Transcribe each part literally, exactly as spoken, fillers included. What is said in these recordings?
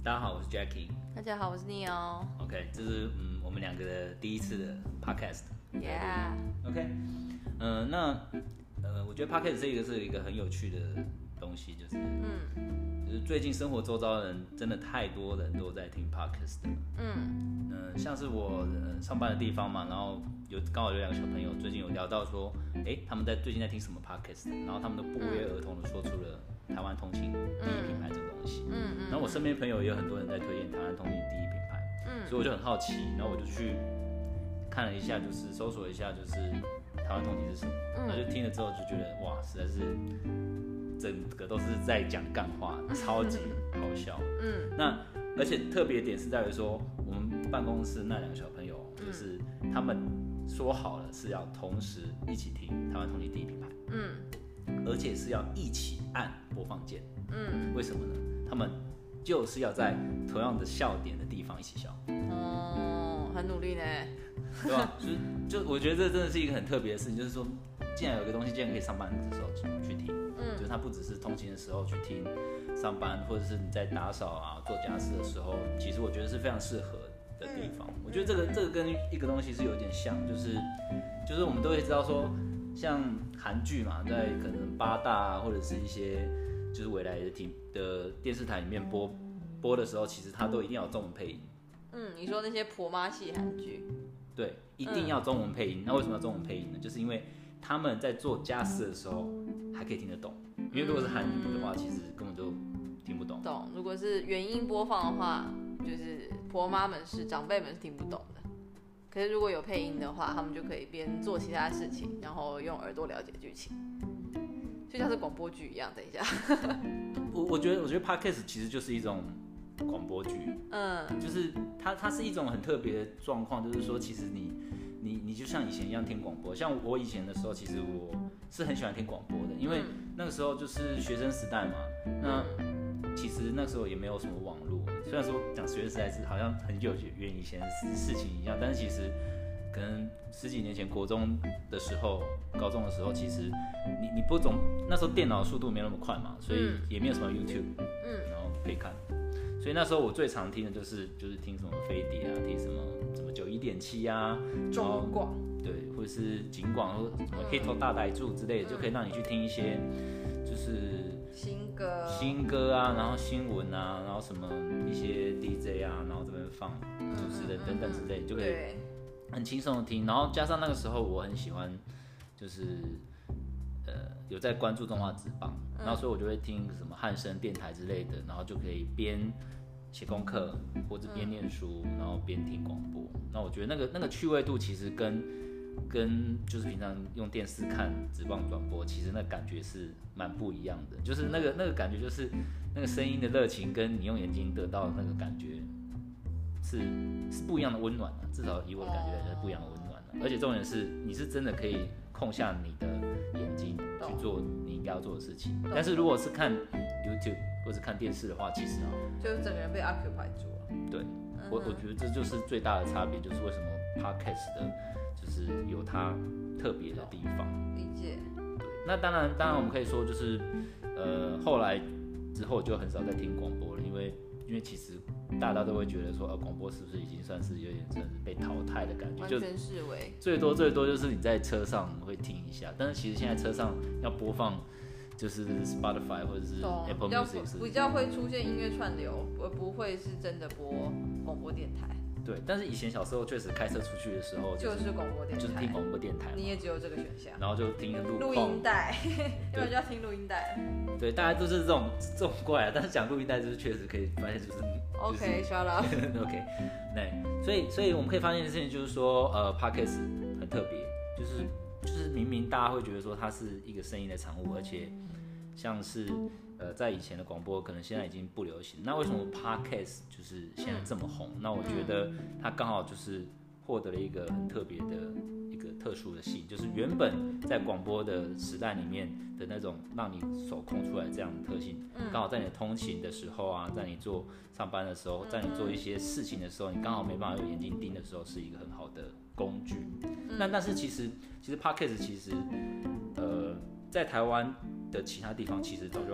大家好，我是 Jackie。 大家好，我是 Neil。 OK， 这是嗯我们两个的第一次的 Podcast。Yeah。OK， 嗯、呃，那呃，我觉得 Podcast 这个是一个很有趣的东西，就是嗯，就是最近生活周遭的人真的太多人都在听 Podcast 的。嗯，呃，像是我、呃、上班的地方嘛，然后有刚好有两个小朋友，最近有聊到说，哎，他们在最近在听什么 Podcast， 然后他们都不约而同的说出了台湾通勤第一品牌这个东西。嗯嗯。然后我身边朋友也有很多人在推荐台湾通勤第一品牌，嗯，所以我就很好奇，然后我就去看了一下，就是搜索一下，就是台湾通勤是什么，然后就听了之后就觉得哇，实在是整个都是在讲干话，超级好笑。嗯，那而且特别点是在于说，我们办公室那两个小朋友，就是他们说好了是要同时一起听台湾通勤第一品牌，嗯，而且是要一起按播放键，嗯，为什么呢？他们就是要在同样的笑点的地方一起笑。 哦，很努力呢， 对吧？就是就我觉得这真的是一个很特别的事情，就是说，既然有一个东西，既然可以上班的时候去听，嗯，就是它不只是通勤的时候去听，上班或者是你在打扫啊、做家事的时候，其实我觉得是非常适合的地方。我觉得这个这个跟一个东西是有点像，就是就是我们都会知道说，像韩剧嘛，在可能八大啊，或者是一些就是未来的听的电视台里面播播的时候，其实它都一定要有中文配音。 嗯，你说那些婆妈系韩剧， 对，一定要中文配音。嗯、那为什么要中文配音呢？就是因为他们在做家事的时候还可以听得懂，因为如果是韩语的话，其实根本就听不懂。 懂，如果是原音播放的话，就是婆妈们是长辈们是听不懂的。可是如果有配音的话，他们就可以边做其他事情，然后用耳朵了解剧情，就像是广播剧一样。等一下， 我我觉得我觉得 Podcast 其实就是一种广播剧，嗯，就是它它是一种很特别的状况，就是说其实你你你就像以前一样听广播，像我以前的时候，其实我是很喜欢听广播的，因为那个时候就是学生时代嘛，那其实那时候也没有什么网络，虽然说讲学生时代是好像很久远以前的事情一样，但是其实可能十几年前国中的时候、高中的时候，其实你你不总那时候电脑速度没那么快嘛，所以也没有什么 YouTube， 嗯，然后可以看。所以那时候我最常听的就是就是听什么飞碟啊，听什么什么九一点七啊， 中广， 对，或者是警广或什么黑头大台柱之类的，嗯、就可以让你去听一些就是新歌新歌啊，然后新闻啊，然后什么一些 D J 啊，然后这边放主持人等等之类的，就可以很轻松的听。然后加上那个时候我很喜欢就是呃有在关注中华职棒，然后所以我就会听什么汉声电台之类的，然后就可以边写功课或者边念书，然后边听广播。那我觉得那个那个趣味度其实跟跟就是平常用电视看职棒转播，其实那感觉是蛮不一样的。就是那个那个感觉，就是那个声音的热情，跟你用眼睛得到的那个感觉是是不一样的温暖的。至少以我的感觉来讲，是不一样的温暖的。而且重点是，你是真的可以空下你的眼睛去做你应该要做的事情。但是如果是看 YouTube 或者看电视的话，其实就是整个人被 occupy 住了。 对，我我觉得这就是最大的差别，就是为什么 Podcast 的，就是有它特别的地方。 理解。 对，那当然，当然我们可以说，就是呃，后来之后就很少再听广播了，因为因为其实大家都会觉得说，呃，广播是不是已经算是有点算是被淘汰的感觉？ 完全视为最多最多就是你在车上会听一下，但是其实现在车上要播放。就是 Spotify 或者是 Apple Music 比较会出现音乐串流，而不会是真的播广播电台。 对，但是以前小时候确实开车出去的时候， 就是、就是广播电台， 就是听广播电台， 你也只有这个选项， 然后就听录录音带，要不然就要听录音带。 对，大家都是这种这种怪啊，但是讲录音带就是确实可以发现就是。 OK， shut up。 OK， 对，所以所以我们可以发现的事情就是说，呃 ，Podcast 很特别，就是就是明明大家会觉得说它是一个声音的产物，而且像是呃在以前的广播可能现在已经不流行，那为什么 Podcast 就是现在这么红？那我觉得它刚好就是获得了一个很特别的一个特殊的性，就是原本在广播的时代里面的那种让你手空出来这样的特性，刚好在你的通勤的时候啊，在你做上班的时候，在你做一些事情的时候，你刚好没办法用眼睛盯的时候，是一个很好的工具。那但是其实其实 Podcast 其实呃在台湾的其他地方其实早就红了，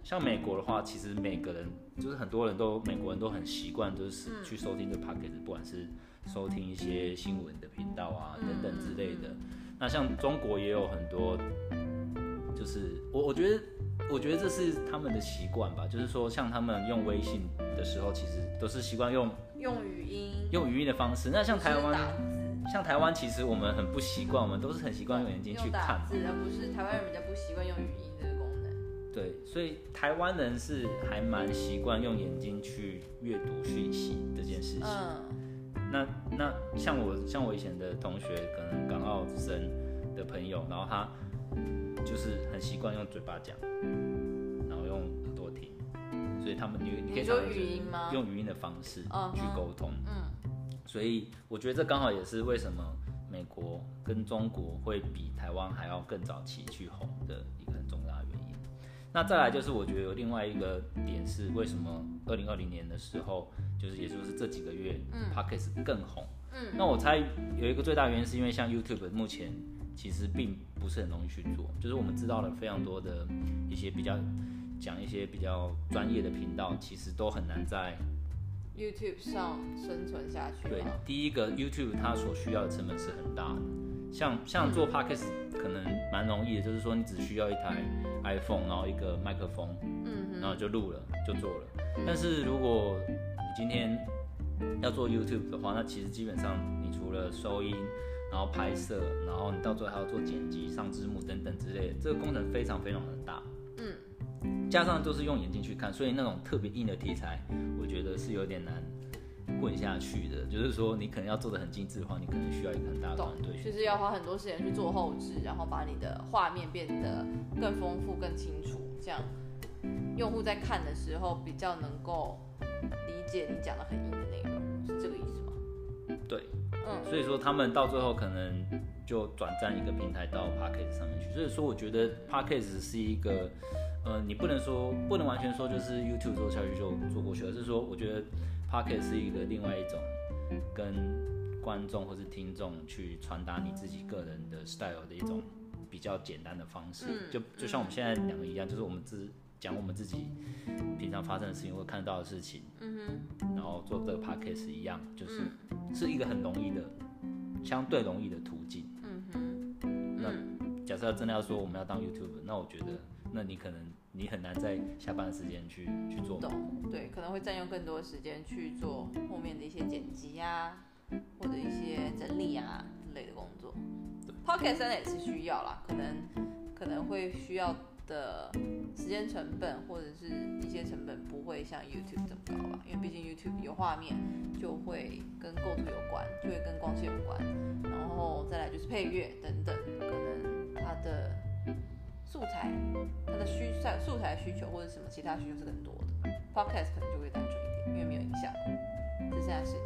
像美国的话，其实每个人就是很多人都美国人都很习惯，就是去收听这 podcast， 不管是收听一些新闻的频道啊等等之类的。那像中国也有很多，就是我我觉得我觉得这是他们的习惯吧，就是说像他们用微信的时候，其实都是习惯用用语音用语音的方式。那像台湾。像台湾其实我们很不习惯，我们都是很习惯用眼睛去看嘛， 用打字，而不是台湾人比较不习惯用语音这个功能。 对，所以台湾人是还蛮习惯用眼睛去阅读讯息这件事情。嗯，那那像我像我以前的同学，可能港澳生的朋友，然后他就是很习惯用嘴巴讲，然后用耳朵听，所以他们你你可以说语音吗？ 用语音的方式去沟通。 嗯。 所以我觉得这刚好也是为什么美国跟中国会比台湾还要更早期去红的一个很重要的原因。那再来就是我觉得有另外一个点是为什么二零二零年的时候，就是也就是这几个月、嗯、Podcast 更红。嗯，那我猜有一个最大原因是因为像 YouTube 目前其实并不是很容易去做，就是我们知道了非常多的一些比较讲一些比较专业的频道，其实都很难在 YouTube 上生存下去。 对，第一个 YouTube 它所需要的成本是很大的，像像做 Podcast 可能蛮容易的，就是说你只需要一台 iPhone， 然后一个麦克风，嗯，然后就录了就做了。但是如果你今天要做 YouTube 的话，那其实基本上你除了收音，然后拍摄，然后你到最后还要做剪辑、上字幕等等之类的，这个工程非常非常的大。嗯，加上都是用眼睛去看，所以那种特别硬的题材，我觉得是有点难混下去的。就是说，你可能要做得很精致的话，你可能需要一个很大的团队， 就是要花很多时间去做后置，然后把你的画面变得更丰富、更清楚，这样用户在看的时候比较能够理解你讲的很硬的内容，是这个意思吗？ 对，嗯，所以说他们到最后可能就转战一个平台到 Podcast 上面去。所以说，我觉得 Podcast 是一个。呃，你不能说不能完全说就是 YouTube 做下去就做过去，而是说我觉得 Podcast 是一个另外一种跟观众或是听众去传达你自己个人的 style 的一种比较简单的方式。嗯、就就像我们现在两个一样，就是我们自讲我们自己平常发生的事情或看到的事情，嗯、然后做这个 Podcast 一样，就是是一个很容易的、相对容易的途径。嗯、那假设真的要说我们要当 YouTuber， 那我觉得。那你可能你很难在下班的时间去去做， 懂？对，可能会占用更多的时间去做后面的一些剪辑啊，或者一些整理啊之类的工作。Podcast 也是需要啦，可能可能会需要的时间成本或者是一些成本不会像 YouTube 这么高吧，因为毕竟 YouTube 有画面就会跟构图有关，就会跟光线有关，然后再来就是配乐等等，可能它的。素材，它的需素材需求或者什么其他需求是更多的 ，Podcast 可能就会单纯一点，因为没有影响。这现在是，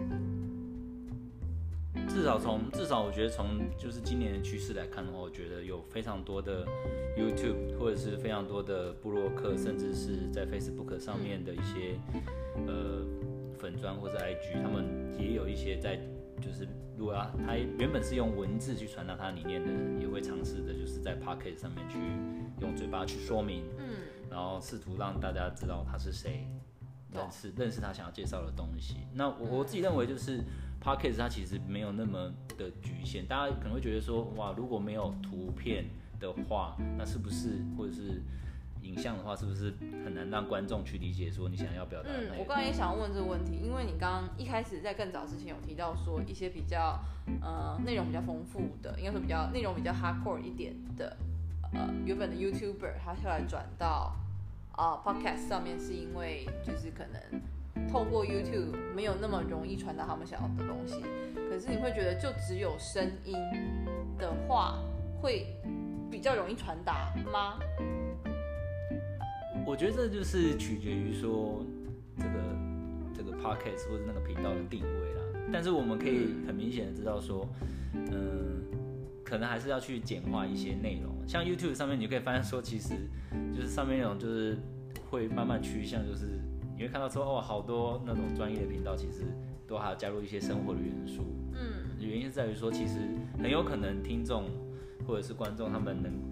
至少从至少我觉得从就是今年的趋势来看的话，我觉得有非常多的 YouTube 或者是非常多的部落客，甚至是在 Facebook 上面的一些、嗯、呃粉专或者 I G， 他们也有一些在就是。如果他原本是用文字去传达他理念的人，也会尝试的，就是在 Podcast 上面去用嘴巴去说明，嗯，然后试图让大家知道他是谁，认识认识他想要介绍的东西。那我我自己认为，就是 Podcast 它其实没有那么的局限，大家可能会觉得说，哇，如果没有图片的话，那是不是或者是影像的话，是不是很难让观众去理解说你想要表达的内容？ 嗯，我刚才也想要问这个问题，因为你刚刚一开始在更早之前有提到说一些比较呃内容比较丰富的，应该说比较内容比较 hardcore 一点的呃原本的 YouTuber， 他后来转到啊、呃、Podcast 上面，是因为就是可能透过 YouTube 没有那么容易传达他们想要的东西。可是你会觉得就只有声音的话，会比较容易传达吗？ 我觉得这就是取决于说这个这个 podcast 或者那个频道的定位啦。但是我们可以很明显的知道说，嗯，可能还是要去简化一些内容。像 YouTube 上面，你可以发现说，其实就是上面内容就是会慢慢趋向，就是你会看到说，哦，好多那种专业的频道，其实都还要加入一些生活的元素。嗯，原因是在于说，其实很有可能听众或者是观众他们能。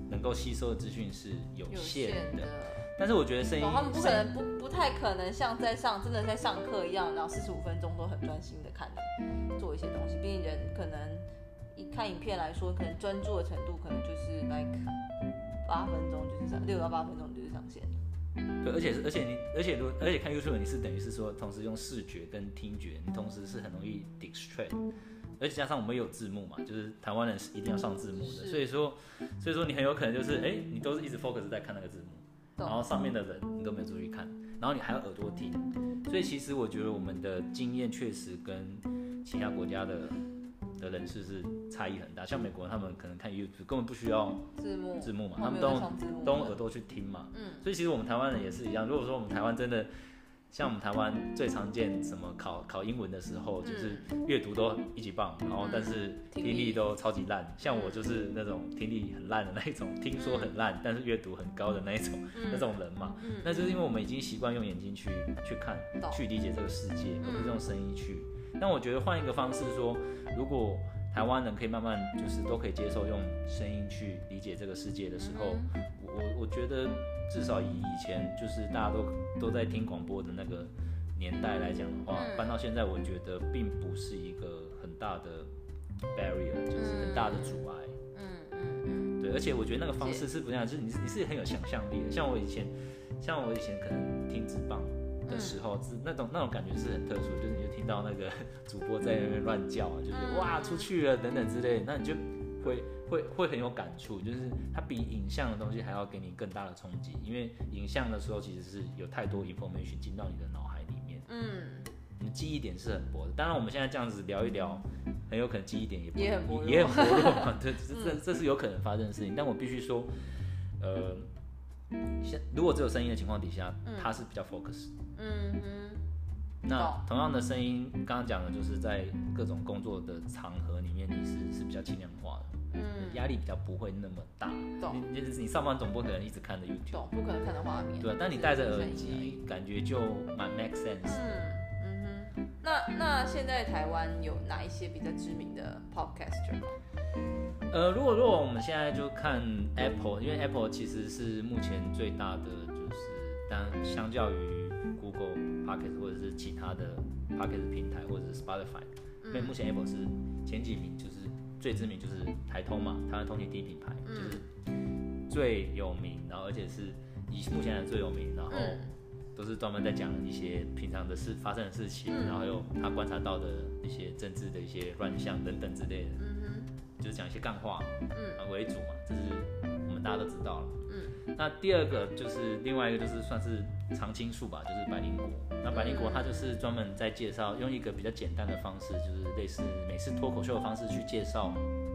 能够吸收的资讯是有限的。 有限的但是我觉得声音， 他们不可能不不太可能像在上真的在上课一样，然后四十五分钟都很专心的看你做一些东西。毕竟人可能一看影片来说，可能专注的程度可能就是 like 八分钟就是上六到八分钟就是上线。 对，而且而且你而且如而且看 YouTube 你是等于是说同时用视觉跟听觉，你同时是很容易 distract。而且加上我们有字幕嘛，就是台湾人是一定要上字幕的，所以说所以说你很有可能就是哎、欸，你都是一直 focus 在看那个字幕。然后上面的人你都没有注意看，然后你还要耳朵听，所以其实我觉得我们的经验确实跟其他国家的的人士是差异很大。像美国人他们可能看 YouTube 根本不需要字幕字幕嘛，他们都都用耳朵去听嘛。嗯，所以其实我们台湾人也是一样。如果说我们台湾真的像我们台湾最常见什么考考英文的时候，就是阅读都一级棒，然后但是听力都超级烂。像我就是那种听力很烂的那一种，听说很烂，但是阅读很高的那一种那种人嘛。那就是因为我们已经习惯用眼睛去去看，去理解这个世界，而不是用声音去。但我觉得换一个方式说，如果台湾人可以慢慢就是都可以接受用声音去理解这个世界的时候，我我觉得。至少以以前就是大家都都在听广播的那个年代来讲的话，搬到现在，我觉得并不是一个很大的 barrier， 就是很大的阻碍。嗯嗯嗯，对，而且我觉得那个方式是不一样，就是你你是很有想象力的。像我以前，像我以前可能听职棒的时候，嗯、那种那种感觉是很特殊，就是你就听到那个主播在那边乱叫啊，就是哇出去了等等之类的，那你就会。会会很有感触，就是它比影像的东西还要给你更大的冲击，因为影像的时候其实是有太多 information 进到你的脑海里面，嗯，你的记忆点是很薄的。当然我们现在这样子聊一聊，很有可能记忆点也也很薄弱， 也很薄弱嘛，对，这这是有可能发生的事情。但我必须说，呃，如果只有声音的情况底下，它是比较 focus，嗯哼。那同样的声音，刚刚讲的就是在各种工作的场合里面，你是是比较轻量化的。嗯，压力比较不会那么大。懂。你你上班总不可能一直看着 YouTube。懂， 不可能看着画面。 对啊，但你戴着耳机，感觉就蛮 make sense。嗯嗯哼。那那现在台湾有哪一些比较知名的 podcaster 吗？ 呃，如果如果我们现在就看 Apple， 因为 Apple 其实是目前最大的，就是当相较于 Google Podcast 或者是其他的 Podcast 平台或者是 Spotify， 因为目前 Apple 是前几名，就是。最知名就是台通嘛，台湾通勤第一品牌，嗯、就是最有名，然后而且是以目前来最有名，然后都是专门在讲一些平常的事发生的事情，嗯、然后有他观察到的一些政治的一些乱象等等之类的，嗯、就是讲一些干话，嗯、为主嘛，这是我们大家都知道了。嗯、那第二个就是另外一个就是算是常青树吧，就是百灵果。那百灵果它就是专门在介绍，用一个比较简单的方式，就是类似美式脱口秀的方式去介绍，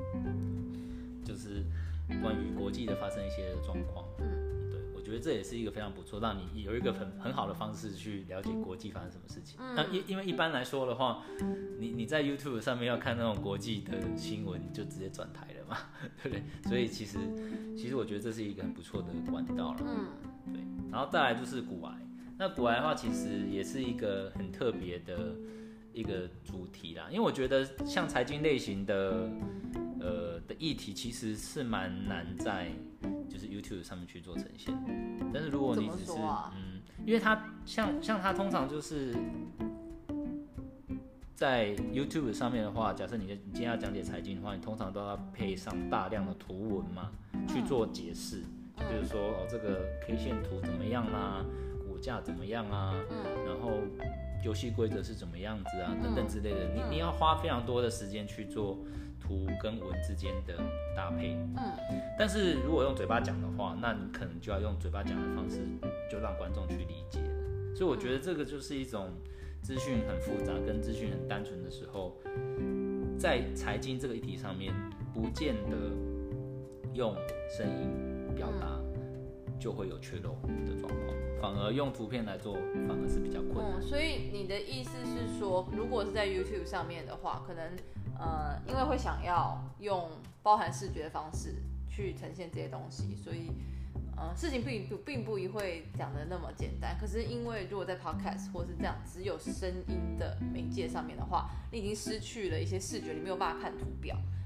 就是关于国际的发生一些状况。嗯，对，我觉得这也是一个非常不错，让你有一个很很好的方式去了解国际发生什么事情。嗯、那因因为一般来说的话，你你在 YouTube 上面要看那种国际的新闻，就直接转台了嘛，对不对？所以其实其实我觉得这是一个很不错的管道了。嗯，对，然后再来就是股癌。那股癌的话，其实也是一个很特别的一个主题啦，因为我觉得像财经类型的呃的议题，其实是蛮难在就是 YouTube 上面去做呈现的。但是如果你只是、啊、嗯，因为它像像它通常就是在 YouTube 上面的话，假设你你今天要讲解财经的话，你通常都要配上大量的图文嘛，去做解释，就比如说哦这个 K 线图怎么样啦。股价怎么样啊？嗯、然后游戏规则是怎么样子啊？等等之类的，嗯、你你要花非常多的时间去做图跟文之间的搭配。嗯，但是如果用嘴巴讲的话，那你可能就要用嘴巴讲的方式，就让观众去理解了。所以我觉得这个就是一种资讯很复杂跟资讯很单纯的时候，在财经这个议题上面，不见得用声音表达就会有缺漏的状况。反而用图片来做，反而是比较困难。 嗯，所以你的意思是说，如果是在 YouTube 上面的话，可能呃，因为会想要用包含视觉的方式去呈现这些东西，所以呃，事情并不并不会讲的那么简单。可是因为如果在 Podcast 或是这样只有声音的媒介上面的话，你已经失去了一些视觉，你没有办法看图表，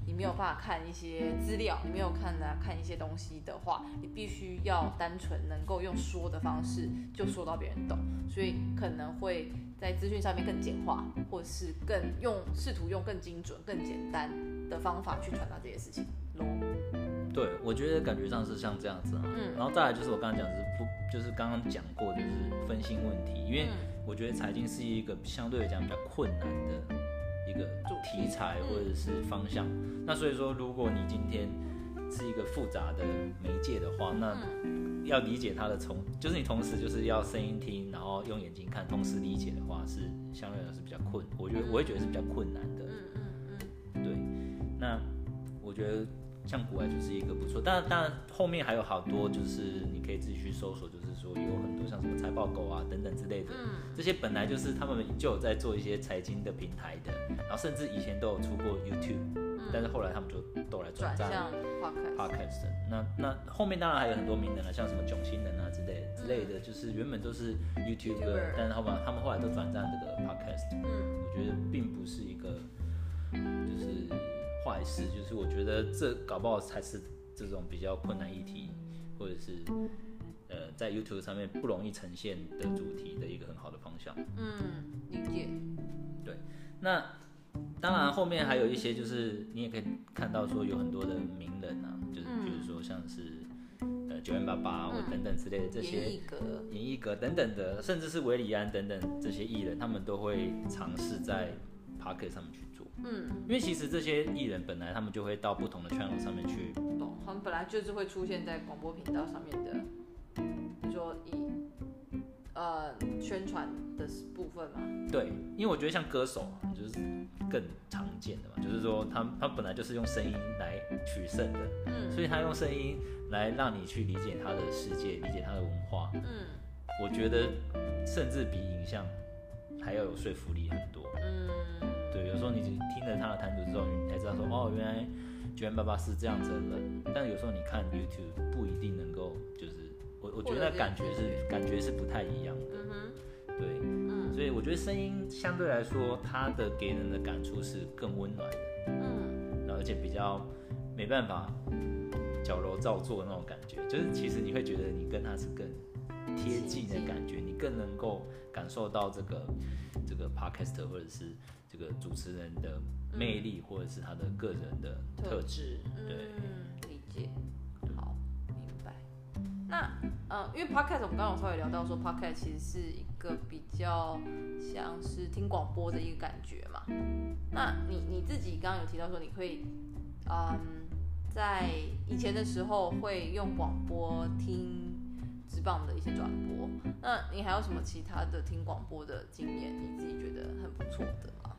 你没有办法看一些资料，你没有看啊看一些东西的话，你必须要单纯能够用说的方式就说到别人懂，所以可能会在资讯上面更简化，或者是更用试图用更精准、更简单的方法去传达这些事情咯。 对，我觉得感觉上是像这样子啊。嗯，然后再来就是我刚刚讲的是不，就是刚刚讲过就是分心问题，因为我觉得财经是一个相对来讲比较困难的一个题材或者是方向。嗯、那所以说，如果你今天是一个复杂的媒介的话，那要理解它的从，就是你同时就是要声音听，然后用眼睛看，同时理解的话，是相对来说是比较困，我觉得我会觉得是比较困难的。嗯嗯嗯，对，那我觉得。像古玩就是一个不错，当然当然后面还有好多，就是你可以自己去搜索，就是说有很多像什么财报狗啊等等之类的，嗯、这些本来就是他们就有在做一些财经的平台的，然后甚至以前都有出过 YouTube，嗯、但是后来他们就都来转战 Podcast。那那后面当然还有很多名人啊，像什么囧星人啊之类的之类的，就是原本都是 YouTuber， 但是他们他们后来都转战这个 Podcast。嗯，我觉得并不是一个就是。坏事就是我觉得这搞不好才是这种比较困难议题，或者是呃在 YouTube 上面不容易呈现的主题的一个很好的方向。嗯， 理解。 对，那当然后面还有一些就是你也可以看到说有很多的名人啊，就是比如说像是呃九元爸爸或等等之类的这些严艺格、 严艺格等等的，甚至是韦礼安等等这些艺人，他们都会尝试在 Podcast 上面去。嗯，因为其实这些艺人本来他们就会到不同的 channel 上面去， 懂？他们本来就是会出现在广播频道上面的，你说以呃宣传的部分嘛？ 对，因为我觉得像歌手就是更常见的嘛，就是说他他本来就是用声音来取胜的，嗯，所以他用声音来让你去理解他的世界，理解他的文化，嗯，我觉得甚至比影像还要有说服力很多，嗯。对，有时候你听了他的谈吐之后，你才知道说，哦，原来九元爸爸是这样子的人。但有时候你看 YouTube 不一定能够，就是我我觉得那感觉是感觉是不太一样的。嗯哼，对，嗯，所以我觉得声音相对来说，它的给人的感触是更温暖的，嗯，然后而且比较没办法矫揉造作的那种感觉，就是其实你会觉得你跟他是更贴近的感觉，你更能够感受到这个这个 podcaster 或者是这个主持人的魅力，或者是他的个人的特质。对， 嗯，理解。好，明白。那呃，因为 podcast 我们刚刚有稍微聊到说 podcast 其实是一个比较像是听广播的一个感觉嘛。那你你自己刚刚有提到说你会嗯在以前的时候会用广播听职棒的一些转播，那你还有什么其他的听广播的经验？你自己觉得很不错的吗？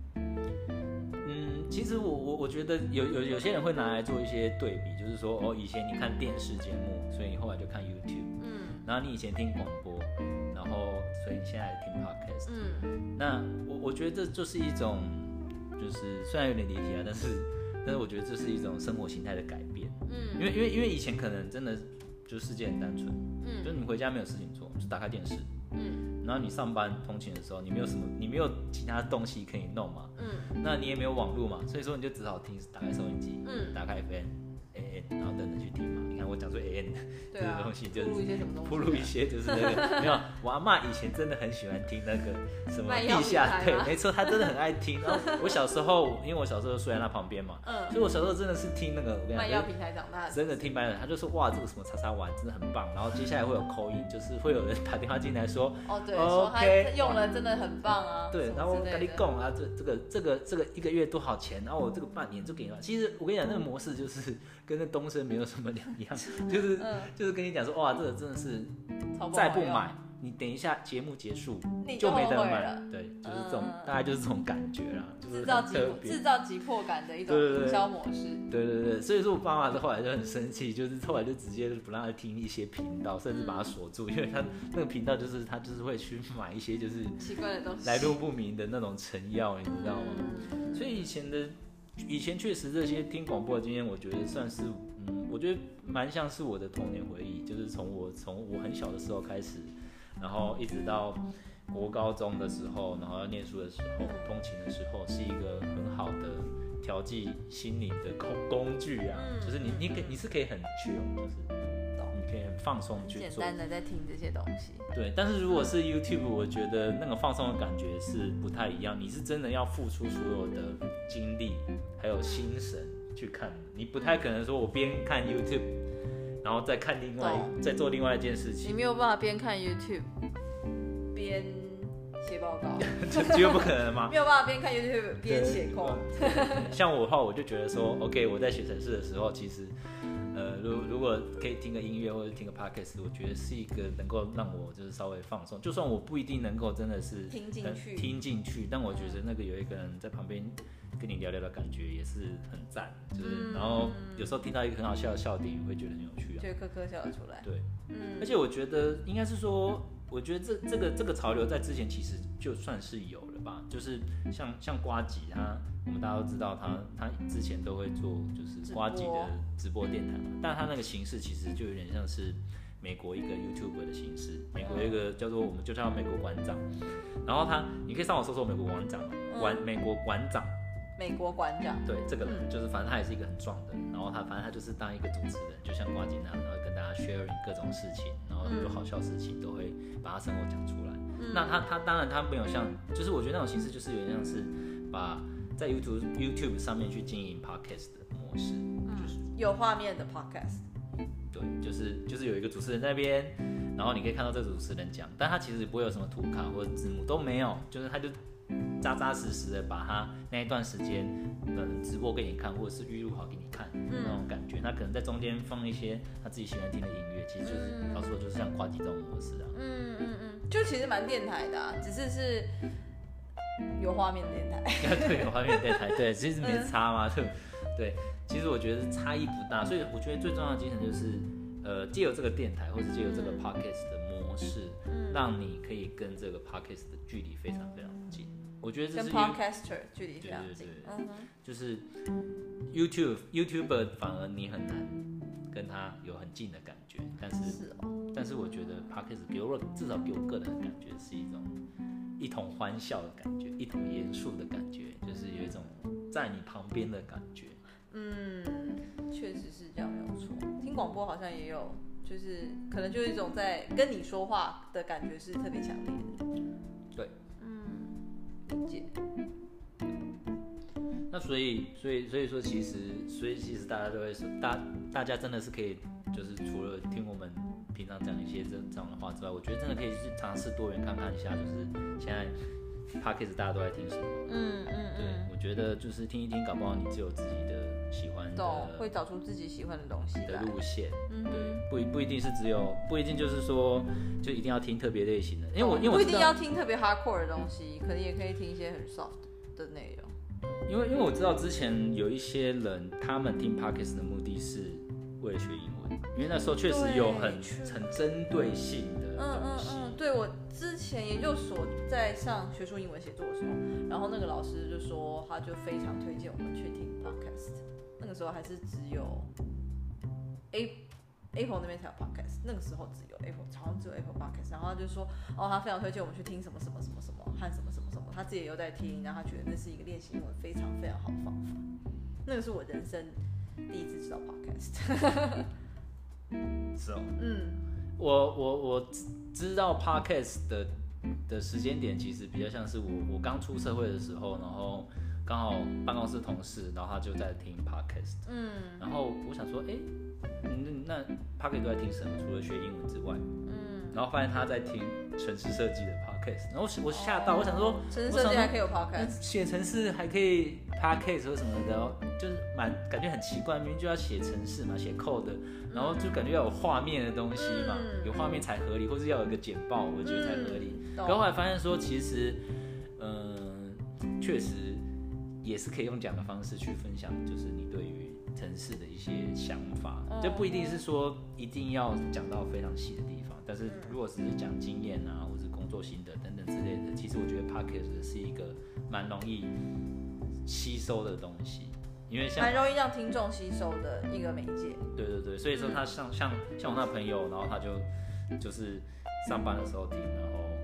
嗯，其实我我我觉得有有有些人会拿来做一些对比，就是说哦，以前你看电视节目，所以你后来就看 YouTube， 嗯，然后你以前听广播，然后所以你现在听 Podcast， 嗯，那我我觉得这就是一种，就是虽然有点离题啊，但是但是我觉得这是一种生活形态的改变，嗯，因为因为因为以前可能真的就世界很单纯，嗯，就是你回家没有事情做，就打开电视，嗯，然后你上班通勤的时候，你没有什么，你没有其他东西可以弄嘛，嗯，那你也没有网络嘛，所以说你就只好听，打开收音机，嗯，打开 F M。A N， 然后等着去听嘛。你看我讲说 A N 这个东西，就是铺路一些就是那个没有。我阿嬷以前真的很喜欢听那个什么地下，对，没错，她真的很爱听。然后我小时候，因为我小时候睡在她旁边嘛，嗯，所以我小时候真的是听那个我跟你讲， 卖药平台长大的， 真的听白了。他就说哇，这个什么叉叉丸真的很棒。然后接下来会有call in，就是会有人打电话进来说， 哦对，说他用了真的很棒啊。 对，然后我跟你讲啊，这这个这个这个一个月多少钱？然后我这个半年就给你了。其实我跟你讲，那个模式就是跟那东升没有什么两样，就是、嗯、就是跟你讲说，哇，这个真的是再不买，你等一下节目结束就没得买了。对，就是这种、嗯，大概就是这种感觉啦，就是制造急制造急迫感的一种营销模式。 对对 对, 对，所以说我爸妈后来就很生气，就是后来就直接不让他听一些频道，甚至把他锁住，因为他那个频道就是他就是会去买一些就是奇怪的东西， 来路不明的那种成药，你知道吗？嗯、所以以前的。以前确实这些听广播的经验，我觉得算是，嗯，我觉得蛮像是我的童年回忆，就是从我从我很小的时候开始，然后一直到国高中的时候，然后要念书的时候，通勤的时候，是一个很好的调剂心灵的工工具啊，嗯、就是你你可你是可以很 chill， 就是你可以很放松去做， 简单的在听这些东西。 对，但是如果是 YouTube， 我觉得那个放松的感觉是不太一样，你是真的要付出所有的精力还有心神去看，你不太可能说我边看 YouTube， 然后再看另外再做另外一件事情， 你没有办法边看 YouTube 边写报告， 这绝对不可能嘛！ 没有办法边看 YouTube 边写空。 像我的话，我就觉得说 ，OK， 我在写程式的时候，其实，呃，如如果可以听个音乐或者听个 podcast， 我觉得是一个能够让我就是稍微放松。就算我不一定能够真的是听进去， 听进去，但我觉得那个有一个人在旁边跟你聊聊的感觉也是很赞。就是，嗯、然后有时候听到一个很好笑的笑点，会觉得很有趣啊， 就咯咯笑得出来。 对，嗯，而且我觉得应该是说。我觉得这这个这个潮流在之前其实就算是有了吧，就是像像呱吉他，我们大家都知道他他之前都会做就是呱吉的直播电台嘛，但他那个形式其实就有点像是美国一个 YouTube 的形式，美国一个叫做我们就叫美国馆长，然后他你可以上网搜搜美国馆长，馆美国馆长。 美国馆长， 对这个人就是，反正他也是一个很壮的人，然后他反正他就是当一个主持人，就像呱吉那样，然后跟大家 sharing 各种事情，然后很多好笑事情都会把他生活讲出来。嗯、那他他当然他没有像，就是我觉得那种形式就是有点像是把在 YouTube YouTube 上面去经营 podcast 的模式， 嗯、 就是有画面的 podcast。 对，就是就是有一个主持人在那边，然后你可以看到这个主持人讲，但他其实不会有什么图卡或者字幕都没有，就是他就。扎扎实实的把他那一段时间，嗯，直播给你看，或者是预录好给你看，嗯、那种感觉。他可能在中间放一些他自己喜欢听的音乐，其实就是老实说，就是像呱吉这种模式啊。 嗯嗯嗯，就其实蛮电台的、啊，只是是有画面的电台。 对，有画面的电台，对，其实没差嘛，对对。其实我觉得差异不大，所以我觉得最重要的精神就是，呃，借由这个电台或者借由这个 podcast 的模式，嗯、让你可以跟这个 podcast 的距离非常非常近。我觉得这是跟 podcaster 距离非常近， 对对对，嗯、就是 YouTube YouTuber 反而你很难跟他有很近的感觉，但是， 是哦、 但是我觉得 podcast 给我至少给我个人的感觉是一种一同欢笑的感觉，一同严肃的感觉，就是有一种在你旁边的感觉。 嗯，确实是这样没有错。听广播好像也有，就是可能就是一种在跟你说话的感觉是特别强烈的。 对。 理解。 那所以，所以，所以说，其实，所以其实大家都会说，大大家真的是可以，就是除了听我们平常讲一些这这样的话之外，我觉得真的可以去尝试多元看看一下，就是现在 podcast 大家都在听什么。嗯嗯嗯。对，我觉得就是听一听，搞不好你只有自己的喜欢的， 会找出自己喜欢的东西的路线。 嗯， 对，不不一定是只有，不一定就是说就一定要听特别类型的，因为我因为我不一定要听特别 hardcore 的东西，可能也可以听一些很 soft 的内容。 因为因为我知道之前有一些人，他们听 podcast 的目的是为了学英文，因为那时候确实有很很针对性的东西。嗯嗯嗯， 对，我之前研究所在上学术英文写作的时候，然后那个老师就说，他就非常推荐我们去听 podcast。那个时候还是只有 A Apple 那边才有 podcast， 那个时候只有 Apple， 好像只有 Apple podcast。然后他就说，哦，他非常推荐我们去听什么什么什么什么和什么什么什么，他自己也有在听，然后他觉得那是一个练习英文非常非常好的方法。那个是我人生第一次知道 podcast。 是哦，嗯，我我我知道 podcast 的的时间点，其实比较像是我我刚出社会的时候，然后刚好办公室同事，然后他就在听 podcast， 嗯，然后我想说，哎、欸，那 podcast 都在听什么？除了学英文之外，嗯，然后发现他在听程式设计的 podcast， 然后我吓到，哦、我想说， 程式设计还可以有 podcast， 写程式还可以 podcast 或什么的，然后就是蛮感觉很奇怪，明明就要写程式嘛，写 code， 然后就感觉要有画面的东西嘛，嗯、有画面才合理，或是要有一个简报，我觉得才合理。可、嗯、后来发现说，其实，嗯、呃，确实。也是可以用讲的方式去分享，就是你对于程式的一些想法，嗯、就不一定是说一定要讲到非常细的地方，但是如果只是讲经验啊，或者工作心得等等之类的，其实我觉得 podcast 是一个蛮容易吸收的东西，因为像蛮容易让听众吸收的一个媒介。 对对对，所以说他像、嗯、像像我那朋友，然后他就就是上班的时候听，然后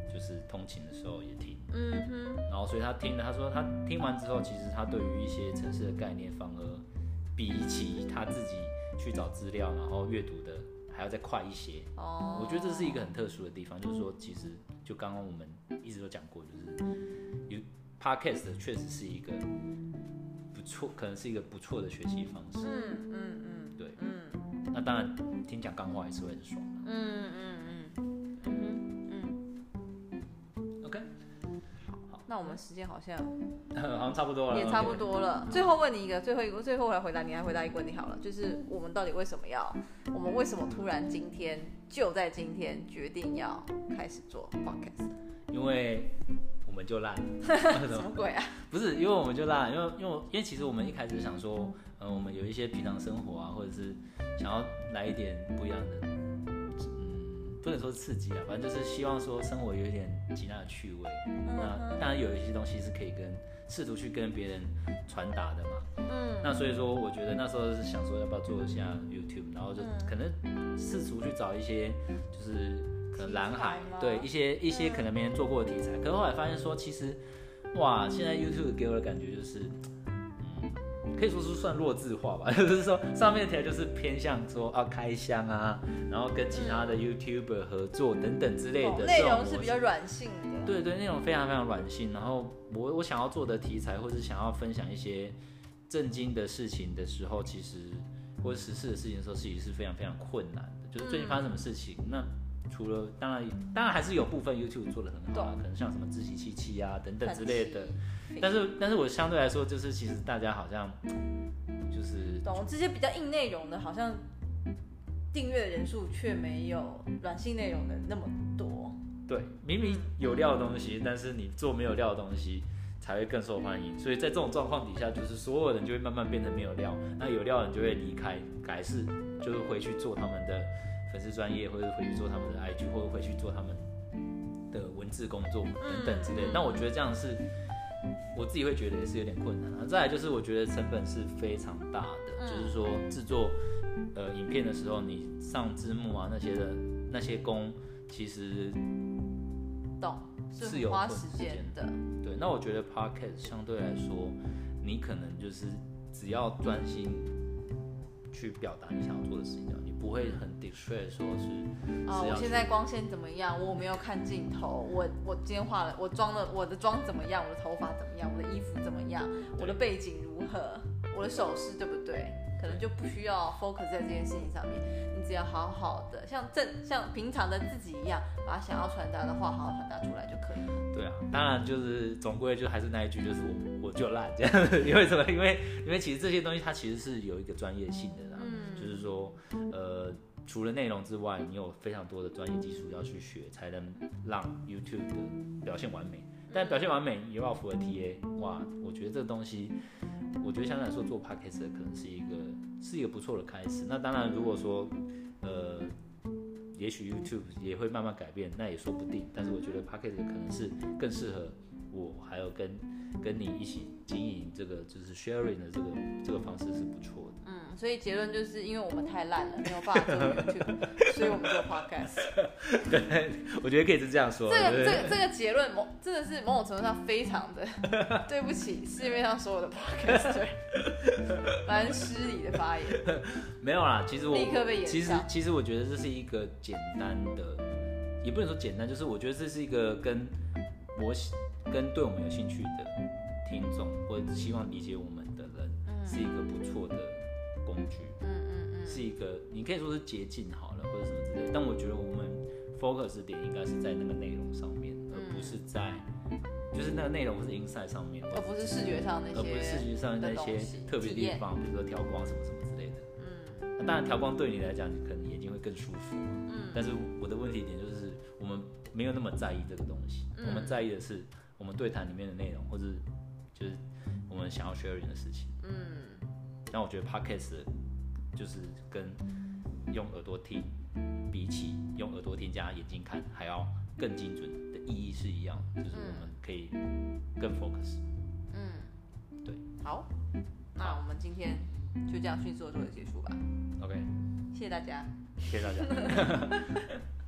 就是通勤的时候也听， 嗯哼， 然后所以他听了，他说他听完之后，其实他对于一些程式的概念，反而比起他自己去找资料然后阅读的还要再快一些。哦，我觉得这是一个很特殊的地方，就是说其实就刚刚我们一直都讲过，就是 podcast 确实是一个不错，可能是一个不错的学习方式。 嗯嗯嗯， 对，嗯，那当然听讲干话也是会很爽的。嗯嗯嗯嗯嗯 ，OK。 那我们时间好像好像差不多了， 也差不多了。最后问你一个，最后一个，最后我来回答你，来回答一个问题好了，就是我们到底为什么要，我们为什么突然今天就在今天决定要开始做 podcast？ 因为我们就烂， 什么鬼啊？ 不是，因为我们就烂，因为因为因为其实我们一开始想说，呃，我们有一些平常生活啊，或者是想要来一点不一样的。不能说刺激啊，反正就是希望说生活有一点其他的趣味。嗯、那当然有一些东西是可以跟试图去跟别人传达的嘛。嗯，那所以说我觉得那时候是想说要不要做一下 YouTube， 然后就可能试图去找一些就是可能蓝海，对一些一些可能没人做过的题材。可是后来发现说，其实哇，现在 YouTube 给我的感觉就是。可以说是算弱智化吧，就是说上面的题材就是偏向说啊开箱啊，然后跟其他的 YouTuber 合作等等之类的， 内容是比较软性的。 对对，内容非常非常软性。然后我我想要做的题材，或是想要分享一些震惊的事情的时候，其实或者时事的事情的时候，其实是非常非常困难的。就是最近发生什么事情，嗯、那除了当然当然还是有部分 YouTube 做的很好啦，可能像什么自习七七啊等等之类的。但是，但是我相对来说，就是其实大家好像就是懂这些比较硬内容的，好像订阅的人数却没有软性内容的那么多。 对，明明有料的东西，但是你做没有料的东西才会更受欢迎。所以在这种状况底下，就是所有人就会慢慢变成没有料，那有料的人就会离开，改是就是回去做他们的粉丝专页，或者回去做他们的 I G， 或者回去做他们的文字工作等等之类的。那我觉得这样是。我自己会觉得也是有点困难啊。再来就是我觉得成本是非常大的，嗯、就是说制作呃影片的时候，你上字幕啊那些的那些工，其实懂是有花时间的。 对，那我觉得 podcast 相对来说，你可能就是只要专心去表达你想要做的事情，你不会很 distract 说是啊、哦，我现在光线怎么样？我没有看镜头，我我今天画了，我妆了，我的妆怎么样？我的头发怎么样？我的衣服怎么样？我的背景如何？我的手势对不对？可能就不需要 focus 在这件事情上面，你只要好好的像正像平常的自己一样，把想要传达的话好好传达出来就可以了。 对啊，当然就是总归就还是那一句，就是我我就烂这样子。因为什么？因为因为其实这些东西它其实是有一个专业性的啦，嗯、就是说呃。除了内容之外，你有非常多的专业技术要去学，才能让 YouTube 的表现完美。但表现完美，也要符合 T A。哇，我觉得这个东西，我觉得相对来说做 Podcast 可能是一个是一个不错的开始。那当然，如果说呃，也许 YouTube 也会慢慢改变，那也说不定。但是我觉得 Podcast 可能是更适合我，还有跟跟你一起经营这个就是 sharing 的这个这个方式是不错的。 嗯，所以结论就是因为我们太烂了，没有办法做 YouTube， 所以我们做 podcast。 对，我觉得可以是这样说。 这个这个这个结论某真的是某种程度上非常的对不起市面上所有的 podcaster， 蛮失礼的发言。 没有啦，其实我立刻被炎上。 其实其实我觉得这是一个简单的，也不能说简单，就是我觉得这是一个跟我跟对我们有兴趣的听众，或者希望理解我们的人，嗯、是一个不错的工具。嗯嗯嗯，是一个你可以说是捷径好了，或者什么之类的。但我觉得我们 focus 点应该是在那个内容上面，嗯、而不是在就是那个内容是 inside 上面， 而不是视觉上那些， 而不是视觉上那些特别地方，比如说调光什么什么之类的。嗯，那当然调光对你来讲，可能眼睛会更舒服。嗯，但是我的问题点就是我们没有那么在意这个东西，嗯、我们在意的是我们对谈里面的内容，或者就是我们想要 sharing 的事情。嗯，但我觉得 podcast 就是跟用耳朵听，比起用耳朵听加眼睛看还要更精准的意义是一样的，就是我们可以更 focus。嗯，对。 好，那我们今天就这样迅速的做个结束吧。 OK， 谢谢大家， 谢谢大家。